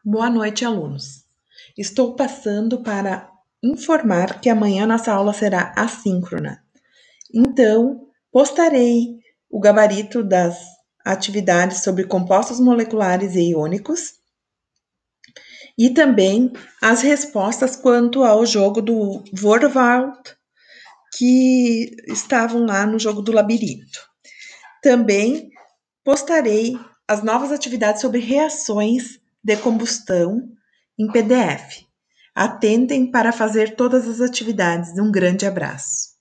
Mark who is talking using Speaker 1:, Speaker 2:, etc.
Speaker 1: Boa noite, alunos. Estou passando para informar que amanhã nossa aula será assíncrona. Então, postarei o gabarito das atividades sobre compostos moleculares e iônicos e também as respostas quanto ao jogo do Wortwald que estavam lá no jogo do labirinto. Também postarei as novas atividades sobre reações de combustão em PDF. Atentem para fazer todas as atividades. Um grande abraço.